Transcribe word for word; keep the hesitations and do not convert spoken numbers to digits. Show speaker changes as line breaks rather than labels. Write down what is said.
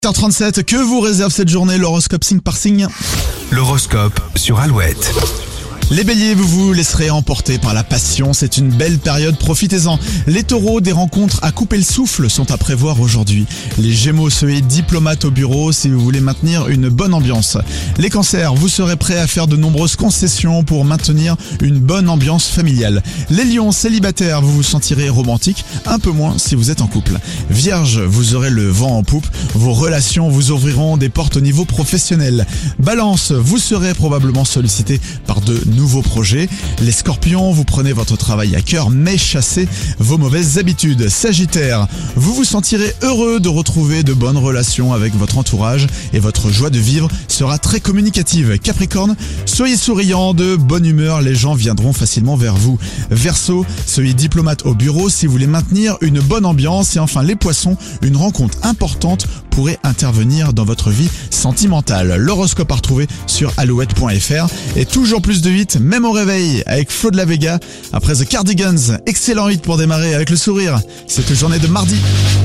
huit heures trente-sept, que vous réserve cette journée l'horoscope signe par signe?
L'horoscope sur Alouette.
Les béliers, vous vous laisserez emporter par la passion, c'est une belle période, profitez-en. Les taureaux, des rencontres à couper le souffle sont à prévoir aujourd'hui. Les gémeaux, soyez diplomates au bureau si vous voulez maintenir une bonne ambiance. Les cancers, vous serez prêts à faire de nombreuses concessions pour maintenir une bonne ambiance familiale. Les lions, célibataires, vous vous sentirez romantique, un peu moins si vous êtes en couple. Vierge, vous aurez le vent en poupe, vos relations vous ouvriront des portes au niveau professionnel. Balance, vous serez probablement sollicité par de nouveaux projets. Les scorpions, vous prenez votre travail à cœur mais chassez vos mauvaises habitudes. Sagittaire, vous vous sentirez heureux de retrouver de bonnes relations avec votre entourage et votre joie de vivre sera très communicative. Capricorne, soyez souriant, de bonne humeur, les gens viendront facilement vers vous. Verseau, soyez diplomate au bureau si vous voulez maintenir une bonne ambiance. Et enfin les poissons, une rencontre importante pourrait intervenir dans votre vie sentimentale. L'horoscope à retrouver sur alouette point f r et toujours plus de hit, même au réveil, avec Flo de la Vega. Après The Cardigans, excellent hit pour démarrer avec le sourire. Cette journée de mardi.